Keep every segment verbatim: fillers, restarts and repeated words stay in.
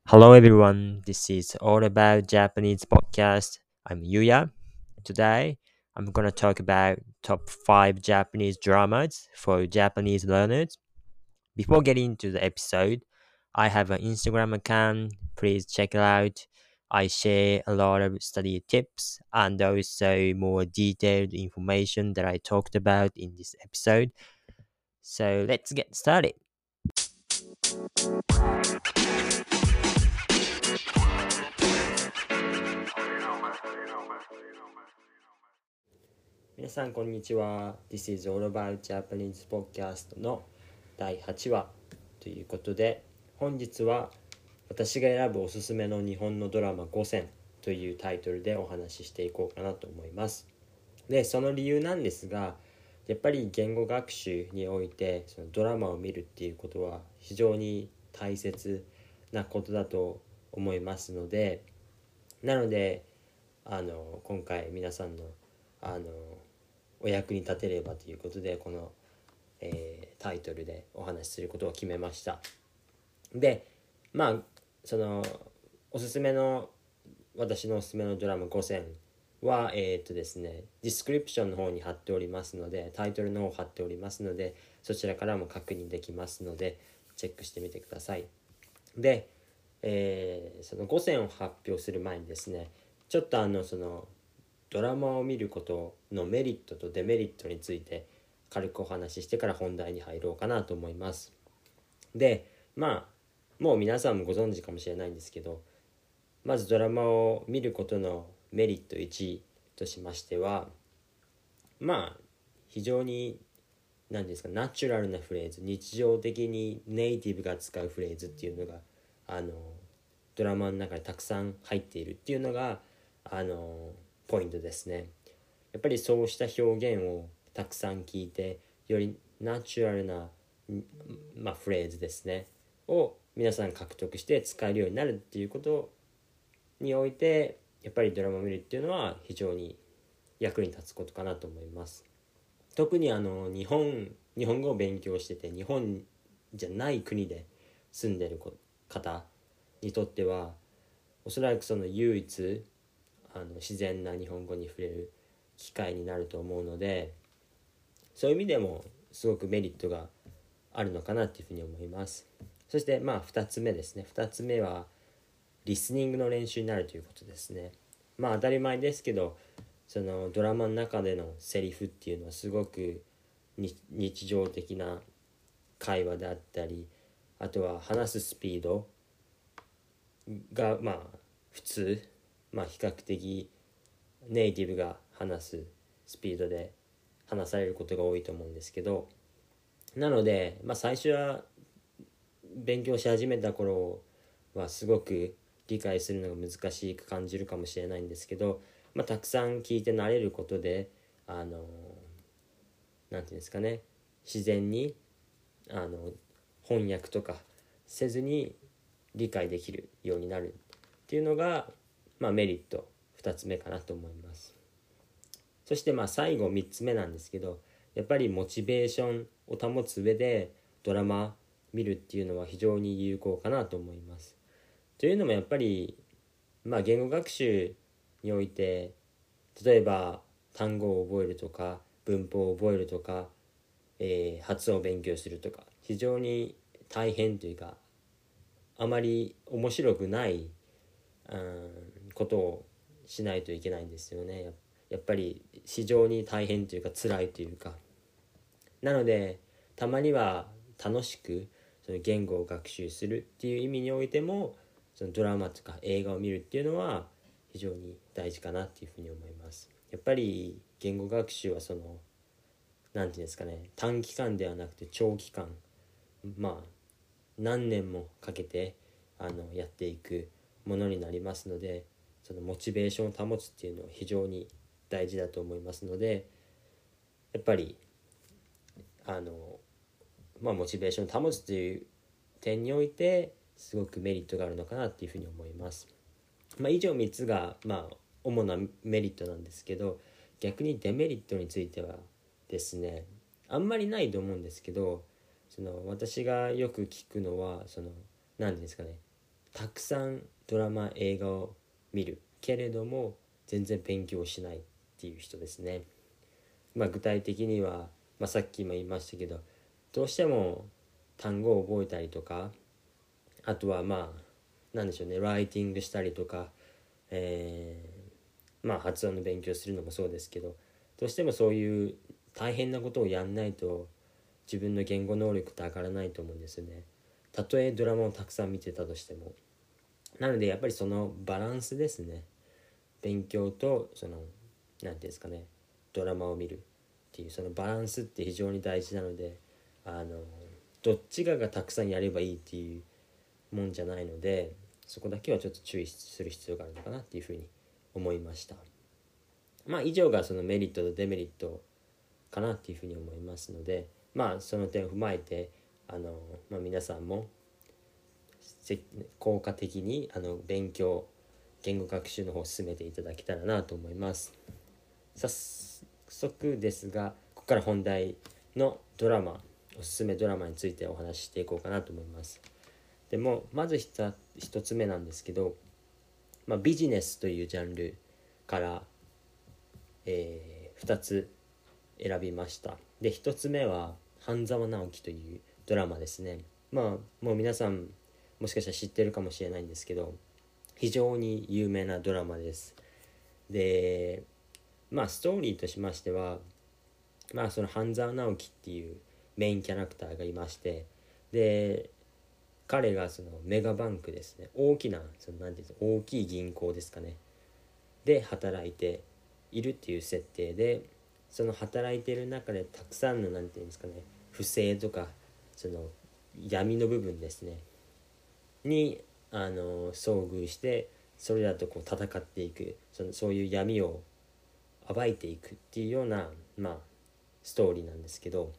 Hello everyone, this is All About Japanese Podcast. I'm Yuya. Today, I'm gonna talk about top five Japanese dramas for Japanese learners. Before getting into the episode, I have an Instagram account. Please check it out. I share a lot of study tips and also more detailed information that I talked about in this episode. So let's get started. 皆さんこんにちは。This is All About Japanese Podcast のだいはちわということで、本日は私が選ぶおすすめの日本のドラマごせんというタイトルでお話ししていこうかなと思います。で、その理由なんですが、やっぱり言語学習においてそのドラマを見るっていうことは非常に大切なことだと思いますので、なのであの今回皆さんのあのお役に立てればということでこの、えータイトルでお話しすることを決めました。で、まあそのおすすめの私のおすすめのドラマごせんはえーっとですねディスクリプションの方に貼っておりますので、タイトルの方貼っておりますので、そちらからも確認できますのでチェックしてみてください。で、えーそのごせんを発表する前にですね、ちょっとあのそのドラマを見ることのメリットとデメリットについて軽くお話ししてから本題に入ろうかなと思います。で、まあもう皆さんもご存知かもしれないんですけど、まずドラマを見ることのメリットいちとしましては、まあ非常に何ですか、ナチュラルなフレーズ、日常的にネイティブが使うフレーズっていうのがあのドラマの中にたくさん入っているっていうのがあのポイントですね。やっぱりそうした表現をたくさん聞いて、よりナチュラルな、まあ、フレーズですねを皆さん獲得して使えるようになるっていうことにおいて、やっぱりドラマを見るっていうのは非常に役に立つことかなと思います。特にあの日本日本語を勉強してて日本じゃない国で住んでる方にとっては、おそらくその唯一あの自然な日本語に触れる機会になると思うので、そういう意味でもすごくメリットがあるのかなというふうに思います。そしてまあふたつめですね。ふたつめはリスニングの練習になるということですね。まあ当たり前ですけど、そのドラマの中でのセリフっていうのはすごく日常的な会話であったり、あとは話すスピードがまあ普通、まあ比較的ネイティブが話すスピードで話されることが多いと思うんですけど、なので、まあ、最初は勉強し始めた頃はすごく理解するのが難しく感じるかもしれないんですけど、まあ、たくさん聞いて慣れることであのなんていうんですかね、自然にあの翻訳とかせずに理解できるようになるっていうのが、まあ、メリットふたつめかなと思います。そしてまあ最後みっつめなんですけど、やっぱりモチベーションを保つ上でドラマ見るっていうのは非常に有効かなと思います。というのもやっぱり、まあ、言語学習において例えば単語を覚えるとか文法を覚えるとか、えー発音を勉強するとか非常に大変というか、あまり面白くない、うん、ことをしないといけないんですよね。ややっぱり非常に大変というか辛いというか、なのでたまには楽しくその言語を学習するっていう意味においても、そのドラマとか映画を見るっていうのは非常に大事かなっていうふうに思います。やっぱり言語学習はそのなんていうんですかね、短期間ではなくて長期間、まあ何年もかけてあのやっていくものになりますので、そのモチベーションを保つっていうのは非常に大事だと思いますので、やっぱりあのまあモチベーションを保つという点においてすごくメリットがあるのかなっていうふうに思います。まあ、以上みっつがまあ主なメリットなんですけど、逆にデメリットについてはですね、あんまりないと思うんですけど、その私がよく聞くのはその何ですかね、 たくさんドラマ映画を見るけれども全然勉強しないっていう人ですね。まあ具体的には、まあ、さっきも言いましたけど、どうしても単語を覚えたりとか、あとはまあなんでしょうね、ライティングしたりとか、えー、まあ発音の勉強するのもそうですけど、どうしてもそういう大変なことをやんないと自分の言語能力って上がらないと思うんですよね。たとえドラマをたくさん見てたとしても。なのでやっぱりそのバランスですね。勉強とそのなんていうんですかね、ドラマを見るっていうそのバランスって非常に大事なので、あのどっちかがたくさんやればいいっていうもんじゃないので、そこだけはちょっと注意する必要があるのかなっていうふうに思いました。まあ以上がそのメリットとデメリットかなっていうふうに思いますので、まあその点を踏まえてあの、まあ、皆さんも効果的にあの勉強言語学習の方を進めていただけたらなと思います。早速ですが、ここから本題のドラマ、おすすめドラマについてお話ししていこうかなと思います。でもまず一つ目なんですけど、まあ、ビジネスというジャンルから、えー、ふたつ選びました。でひとつめは半沢直樹というドラマですね。まあもう皆さんもしかしたら知ってるかもしれないんですけど、非常に有名なドラマです。でまあストーリーとしましては、まあその半沢直樹っていうメインキャラクターがいまして、で彼がそのメガバンクですね、大きなそのなんていうんですか、大きい銀行ですかねで働いているっていう設定で、その働いている中でたくさんのなんていうんですかね、不正とかその闇の部分ですねにあの遭遇して、それらとこう戦っていく、そのそういう闇を暴いていくっていうような、まあ、ストーリーなんですけど、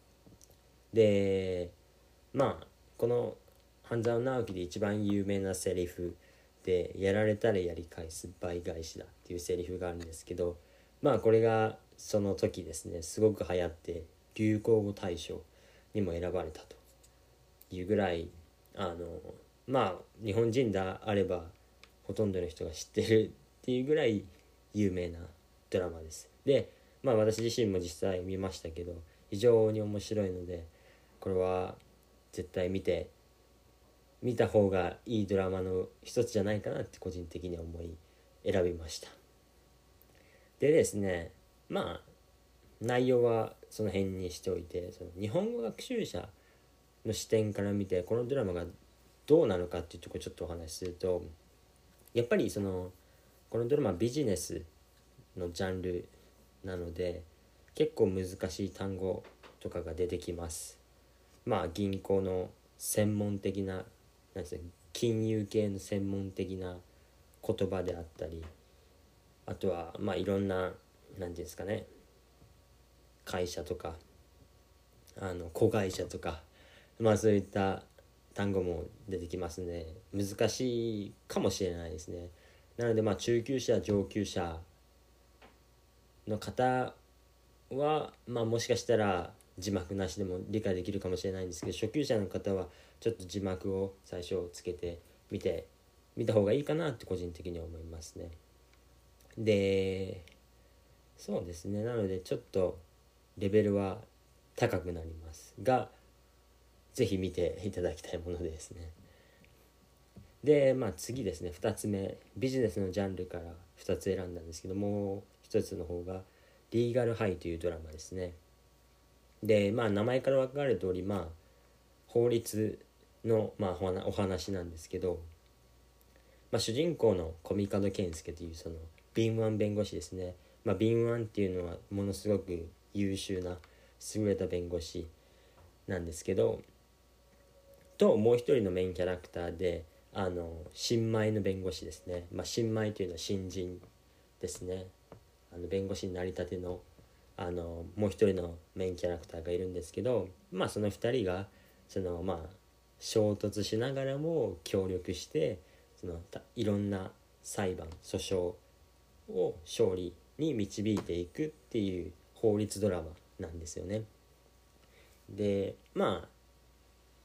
でまあこの半沢直樹で一番有名なセリフで、やられたらやり返す倍返しだっていうセリフがあるんですけど、まあこれがその時ですねすごく流行って流行語大賞にも選ばれたというぐらい、あのまあ日本人であればほとんどの人が知ってるっていうぐらい有名なドラマです。でまあ私自身も実際見ましたけど、非常に面白いので、これは絶対見て見た方がいいドラマの一つじゃないかなって個人的には思い選びました。でですね、まあ内容はその辺にしておいて、その日本語学習者の視点から見てこのドラマがどうなのかっていうところをちょっとお話しすると、やっぱりそのこのドラマはビジネスのジャンルなので結構難しい単語とかが出てきます。まあ銀行の専門的な、なんですか、金融系の専門的な言葉であったり、あとはまあいろんな、なんていうんですかね、会社とかあの子会社とか、まあそういった単語も出てきますので難しいかもしれないですね。なのでまあ中級者上級者の方は、まあ、もしかしたら字幕なしでも理解できるかもしれないんですけど、初級者の方はちょっと字幕を最初つけて見て見た方がいいかなって個人的には思いますね。でそうですね、なのでちょっとレベルは高くなりますが、ぜひ見ていただきたいものですね。でまあ次ですね、ふたつめ、ビジネスのジャンルからふたつ選んだんですけども、うひとつの方がリーガルハイというドラマですね。でまあ名前から分かる通り、まあ法律の、まあ、お話なんですけど、まあ、主人公の小見門健介というその敏腕弁護士ですね。まあ、敏腕っていうのはものすごく優秀な優れた弁護士なんですけど、ともう一人のメインキャラクターで、あの新米の弁護士ですね。まあ、新米というのは新人ですね。あの弁護士になりたてのあのもう一人のメインキャラクターがいるんですけど、まあその二人がそのまあ衝突しながらも協力して、そのいろんな裁判訴訟を勝利に導いていくっていう法律ドラマなんですよね。でまあ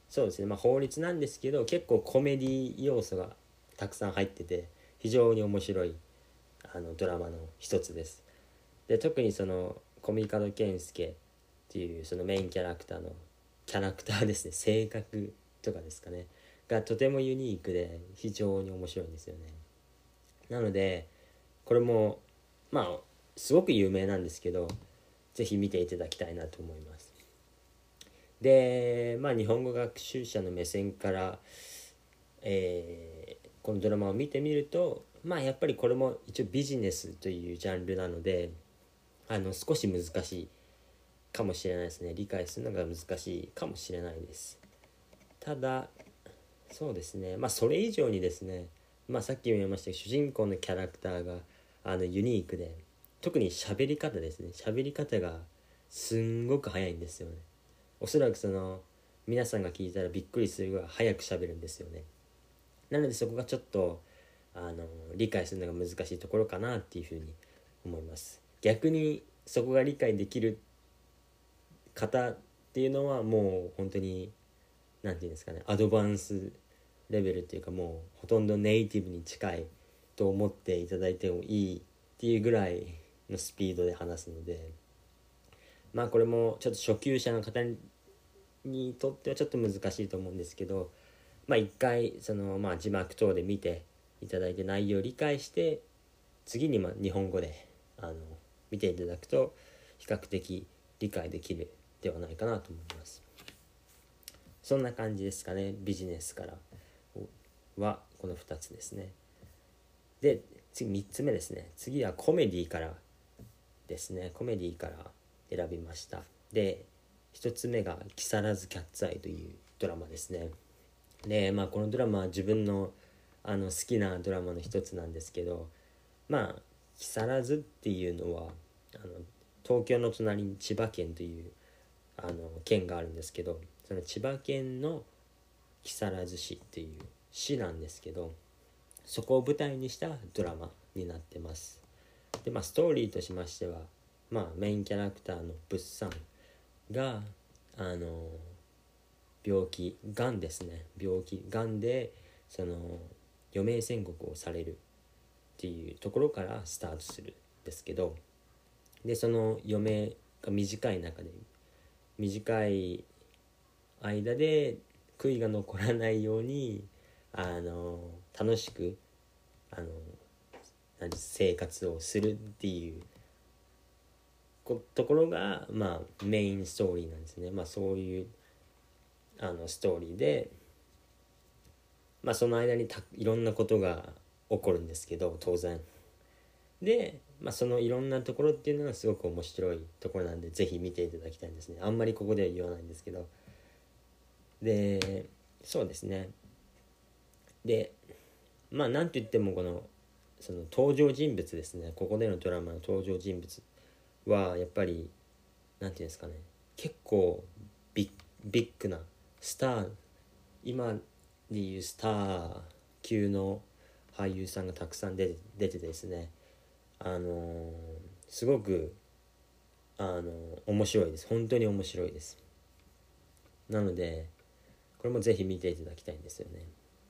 そうですね、まあ法律なんですけど結構コメディ要素がたくさん入ってて非常に面白いあのドラマの一つです。で特にそのコミカド健介っていうそのメインキャラクターのキャラクターですね、性格とかですかねがとてもユニークで非常に面白いんですよね。なのでこれもまあすごく有名なんですけどぜひ見ていただきたいなと思います。でまあ日本語学習者の目線から、えーこのドラマを見てみるとまあやっぱりこれも一応ビジネスというジャンルなのであの少し難しいかもしれないですね。理解するのが難しいかもしれないです。ただそうですね、まあそれ以上にですね、まあさっきも言いましたけど主人公のキャラクターがあのユニークで特に喋り方ですね、喋り方がすんごく早いんですよね。おそらくその皆さんが聞いたらびっくりするぐらい早く喋るんですよね。なのでそこがちょっとあの理解するのが難しいところかなっていうふうに思います。逆にそこが理解できる方っていうのはもう本当に何て言うんですかね、アドバンスレベルっていうかもうほとんどネイティブに近いと思っていただいてもいいっていうぐらいのスピードで話すので、まあこれもちょっと初級者の方にとってはちょっと難しいと思うんですけど、まあ一回そのまあ字幕等で見ていただいて内容を理解して次にまあ日本語であの見ていただくと比較的理解できるではないかなと思います。そんな感じですかね。ビジネスからはこのふたつですね。で次みっつめですね。次はコメディからですね。コメディから選びました。でひとつめが木更津キャッツアイというドラマですね。でまあこのドラマは自分のあの好きなドラマの一つなんですけど、まあ木更津っていうのはあの東京の隣に千葉県というあの県があるんですけど、その千葉県の木更津市っていう市なんですけど、そこを舞台にしたドラマになってます。でまあストーリーとしましては、まあメインキャラクターの物産があの病気がんですね病気がんでその余命宣告をされるっていうところからスタートするんですけど、でその余命が短い中で短い間で悔いが残らないようにあの楽しくあの何生活をするっていうところが、まあ、メインストーリーなんですね。まあ、そういうあのストーリーで、まあ、その間にたいろんなことが起こるんですけど当然で、まあ、そのいろんなところっていうのがすごく面白いところなんでぜひ見ていただきたいんですね。あんまりここでは言わないんですけど、でそうですね。でまあなんといってもこのその登場人物ですね、ここでのドラマの登場人物はやっぱりなんていうんですかね、結構ビッビッグなスター、今でいうスター級の俳優さんがたくさん出て出てですね、あのー、すごくあのー、面白いです。本当に面白いです。なのでこれもぜひ見ていただきたいんですよね。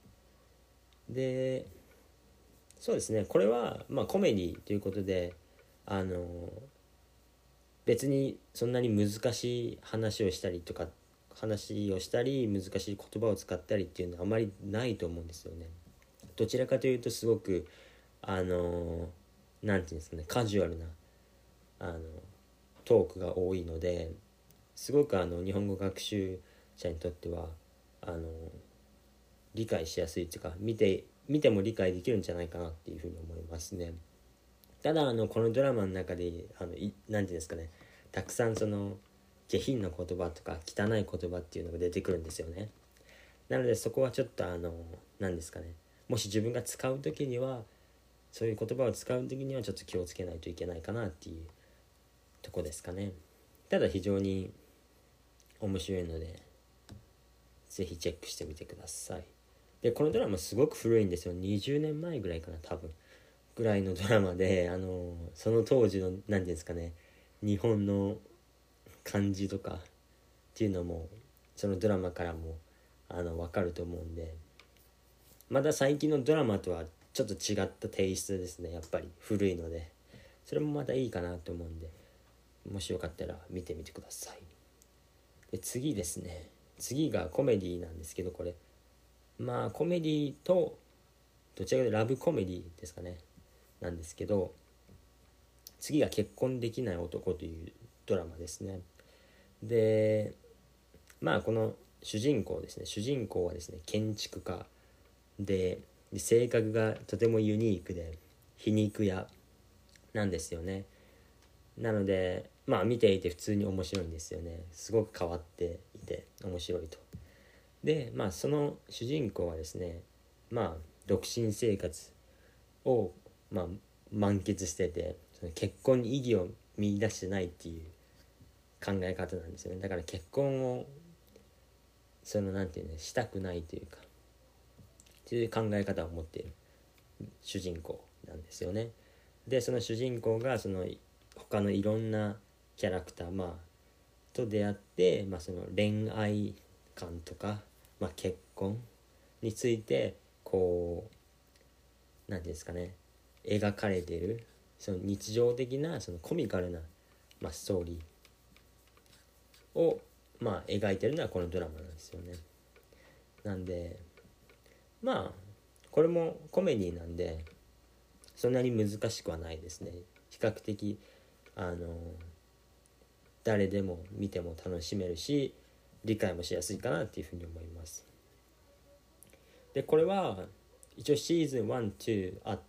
でそうですね、これはまあコメディということであのー、別にそんなに難しい話をしたりとか話をしたり難しい言葉を使ったりっていうのはあまりないと思うんですよね。どちらかというとすごくあのなんていうんですかね、カジュアルなあのトークが多いのですごくあの日本語学習者にとってはあの理解しやすいというか見て見ても理解できるんじゃないかなっていうふうに思いますね。ただあのこのドラマの中であのいなんていうんですかね、たくさんその下品な言葉とか汚い言葉っていうのが出てくるんですよね。なのでそこはちょっとあの何ですかね、もし自分が使う時にはそういう言葉を使う時にはちょっと気をつけないといけないかなっていうとこですかね。ただ非常に面白いのでぜひチェックしてみてください。でこのドラマすごく古いんですよ。にじゅうねんまえぐらいかな多分ぐらいのドラマで、あのその当時の何ていうんですかね、日本の漢字とかっていうのもそのドラマからもあの分かると思うんで、また最近のドラマとはちょっと違ったテイストですね。やっぱり古いので、それもまたいいかなと思うんで、もしよかったら見てみてください。で次ですね、次がコメディなんですけど、これまあコメディとどちらかというとラブコメディですかね、なんですけど、次が結婚できない男というドラマですね。でまあこの主人公ですね主人公はですね建築家で、で性格がとてもユニークで皮肉屋なんですよね。なのでまあ見ていて普通に面白いんですよね。すごく変わっていて面白いと。でまあその主人公はですね、まあ独身生活をまあ満喫してて、その結婚に意義を見出してないっていう考え方なんですよね。だから結婚をそのなんていうのしたくないというか、という考え方を持っている主人公なんですよね。でその主人公がその他のいろんなキャラクター、まあ、と出会って、まあ、その恋愛観とか、まあ、結婚についてこうなんていうんですかね、描かれているその日常的なそのコミカルな、まあ、ストーリーを、まあ、描いてるのはこのドラマなんですよね。なんでまあこれもコメディなんでそんなに難しくはないですね。比較的あの誰でも見ても楽しめるし理解もしやすいかなっていうふうに思います。でこれは一応シーズンワン、ツーあって、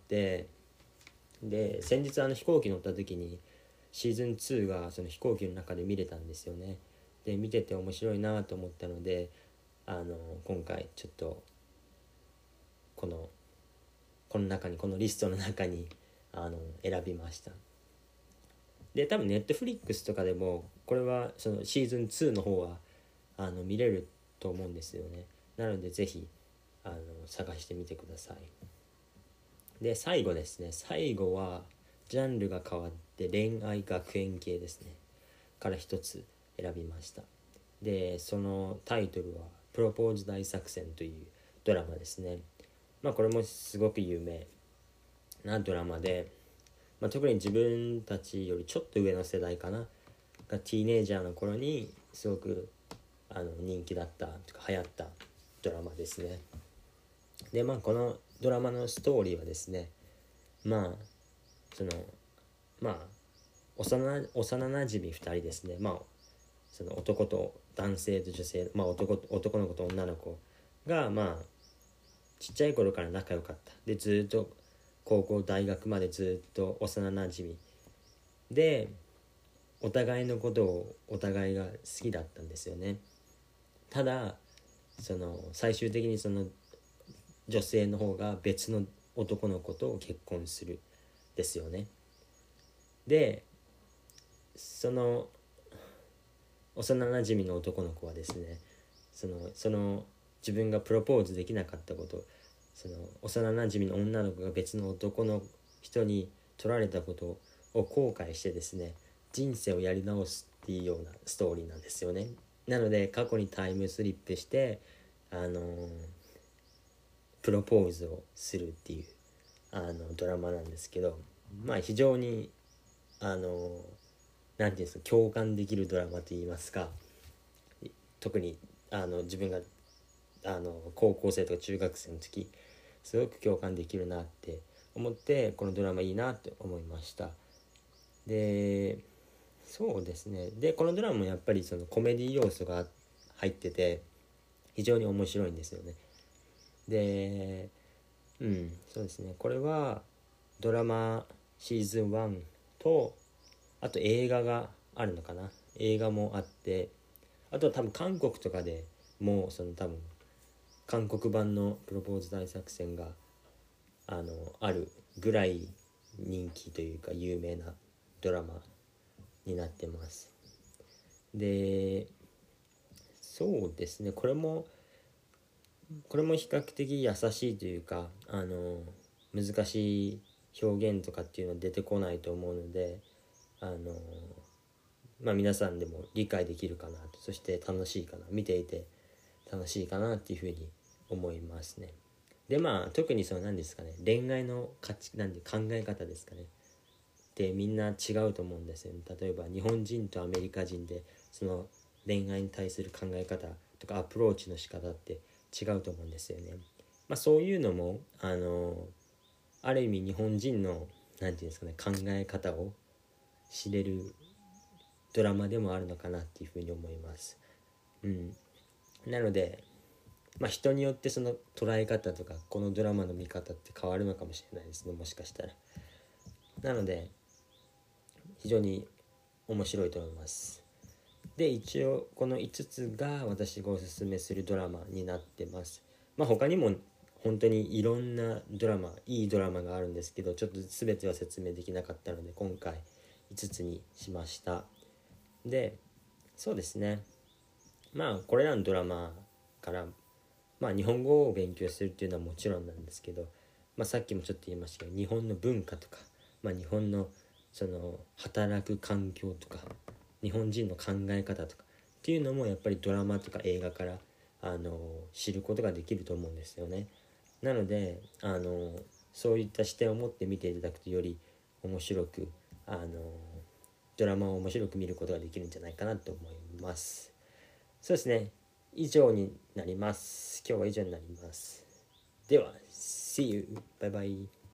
で先日あの飛行機乗った時にシーズンツーがその飛行機の中で見れたんですよね。で見てて面白いなと思ったので、あの今回ちょっとこのこの中にこのリストの中にあの選びました。で多分ネットフリックスとかでもこれはそのシーズンツーの方はあの見れると思うんですよね。なのでぜひあの探してみてください。で最後ですね、最後はジャンルが変わって恋愛学園系ですねから一つ選びました。でそのタイトルはプロポーズ大作戦というドラマですね。まあこれもすごく有名なドラマで、まあ、特に自分たちよりちょっと上の世代かながティーネイジャーの頃にすごくあの人気だったとか流行ったドラマですね。でまあこのドラマのストーリーはですね、まあそのまあ幼幼なじみふたりですね。まあその男と男性と女性、まあ 男, 男の子と女の子がまあちっちゃい頃から仲良かった。でずっと高校大学までずっと幼なじみでお互いのことをお互いが好きだったんですよね。ただその最終的にその女性の方が別の男の子と結婚するですよね。でその幼なじみの男の子はですね、そのその自分がプロポーズできなかったこと、その幼なじみの女の子が別の男の人に取られたことを後悔してですね、人生をやり直すっていうようなストーリーなんですよね。なので過去にタイムスリップしてあのー、プロポーズをするっていうあのドラマなんですけど、まあ非常にあのー、なんていうんですか、共感できるドラマといいますか、特にあの自分があの高校生とか中学生の時すごく共感できるなって思ってこのドラマいいなって思いました。でそうですね、でこのドラマもやっぱりそのコメディ要素が入ってて非常に面白いんですよね。でうんそうですね、これはドラマシーズンワンとあと映画があるのかな、映画もあって、あとは多分韓国とかでもうその多分韓国版のプロポーズ大作戦があのあるぐらい人気というか有名なドラマになってます。でそうですね、これもこれも比較的優しいというか、あの難しい表現とかっていうのは出てこないと思うので、あのまあ皆さんでも理解できるかなと、そして楽しいかな、見ていて楽しいかなっていうふうに思いますね。でまあ特にその何ですかね、恋愛の価値なんで考え方ですかねってみんな違うと思うんですよね。例えば日本人とアメリカ人でその恋愛に対する考え方とかアプローチの仕方って違うと思うんですよね。まあそういうのもあのある意味日本人の何て言うんですかね、考え方を知れるドラマでもあるのかなっていうふうに思います。うん、なので、まあ、人によってその捉え方とかこのドラマの見方って変わるのかもしれないですね、もしかしたら。なので非常に面白いと思います。で一応このいつつが私がおすすめするドラマになってます。まあ他にも本当にいろんなドラマいいドラマがあるんですけど、ちょっと全ては説明できなかったので今回いつつにしました。でそうですね、まあこれらのドラマからまあ日本語を勉強するっていうのはもちろんなんですけど、まあ、さっきもちょっと言いましたけど日本の文化とか、まあ、日本のその働く環境とか日本人の考え方とかっていうのもやっぱりドラマとか映画からあの知ることができると思うんですよね。なのであのそういった視点を持って見ていただくとより面白くあのドラマを面白く見ることができるんじゃないかなと思います。そうですね、以上になります。今日は以上になります。では See you! バイバイ。